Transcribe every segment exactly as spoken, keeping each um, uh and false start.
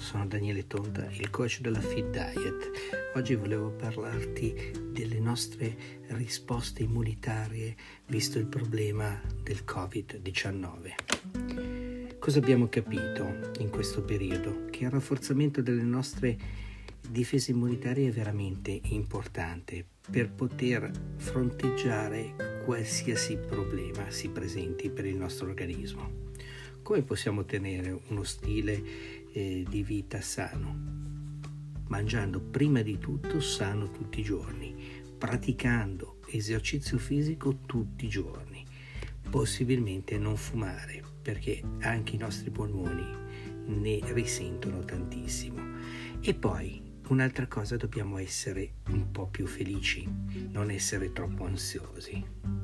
sono Daniele Tonta, il coach della Fit Diet. Oggi volevo parlarti delle nostre risposte immunitarie visto il problema del covid diciannove. Cosa abbiamo capito in questo periodo? Che il rafforzamento delle nostre difese immunitarie è veramente importante per poter fronteggiare qualsiasi problema si presenti per il nostro organismo. Come possiamo tenere uno stile eh, di vita sano? Mangiando prima di tutto sano tutti i giorni, praticando esercizio fisico tutti i giorni, possibilmente non fumare, perché anche i nostri polmoni ne risentono tantissimo. E poi un'altra cosa, dobbiamo essere un po' più felici, non essere troppo ansiosi.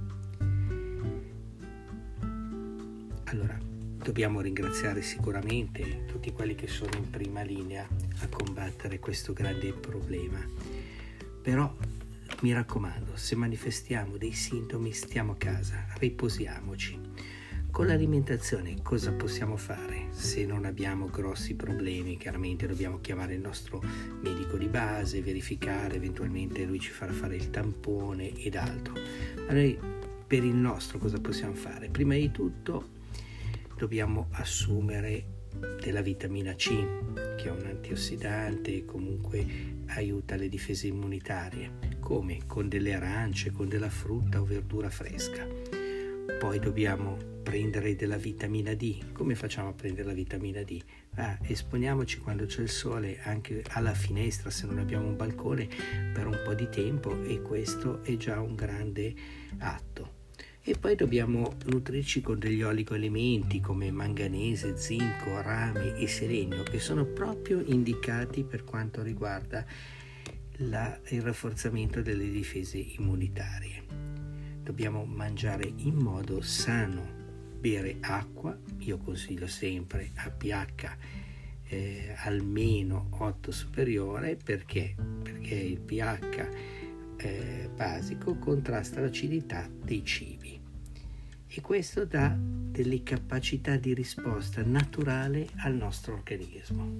Allora, dobbiamo ringraziare sicuramente tutti quelli che sono in prima linea a combattere questo grande problema. Però mi raccomando, se manifestiamo dei sintomi, stiamo a casa, riposiamoci. Con l'alimentazione cosa possiamo fare? Se non abbiamo grossi problemi, chiaramente dobbiamo chiamare il nostro medico di base, verificare, eventualmente lui ci farà fare il tampone ed altro. Ma noi per il nostro cosa possiamo fare? Prima di tutto dobbiamo assumere della vitamina C, che è un antiossidante e comunque aiuta le difese immunitarie. Come? Con delle arance, con della frutta o verdura fresca. Poi dobbiamo prendere della vitamina D. Come facciamo a prendere la vitamina D? Ah, esponiamoci quando c'è il sole anche alla finestra, se non abbiamo un balcone, per un po' di tempo, e questo è già un grande atto. E poi dobbiamo nutrirci con degli oligoelementi come manganese, zinco, rame e selenio, che sono proprio indicati per quanto riguarda la, il rafforzamento delle difese immunitarie. Dobbiamo mangiare in modo sano, bere acqua, io consiglio sempre a pH eh, almeno otto superiore, perché? Perché il pH eh, basico contrasta l'acidità dei cibi e questo dà delle capacità di risposta naturale al nostro organismo.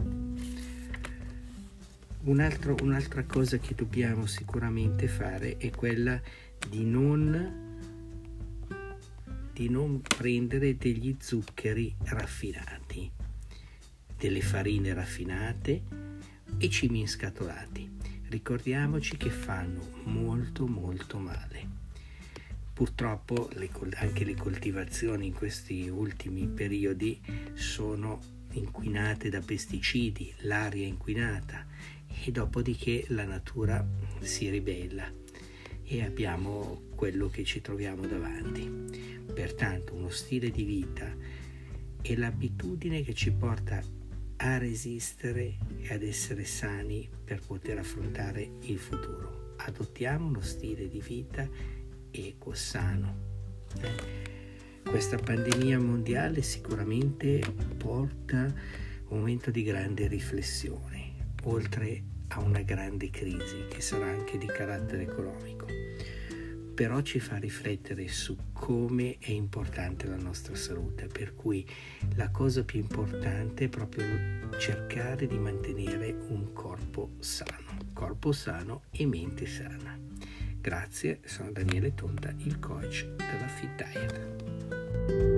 Un altro, un'altra cosa che dobbiamo sicuramente fare è quella di non, di non prendere degli zuccheri raffinati, delle farine raffinate e cibi inscatolati. Ricordiamoci che fanno molto molto male. Purtroppo le, anche le coltivazioni in questi ultimi periodi sono inquinate da pesticidi, l'aria è inquinata e dopodiché la natura si ribella e abbiamo quello che ci troviamo davanti. Pertanto uno stile di vita è l'abitudine che ci porta a resistere e ad essere sani per poter affrontare il futuro. Adottiamo uno stile di vita equo, sano. Eh? Questa pandemia mondiale sicuramente porta un momento di grande riflessione, oltre a una grande crisi che sarà anche di carattere economico. Però ci fa riflettere su come è importante la nostra salute, per cui la cosa più importante è proprio cercare di mantenere un corpo sano, corpo sano e mente sana. Grazie, sono Daniele Tonta, il coach della Fit Diet.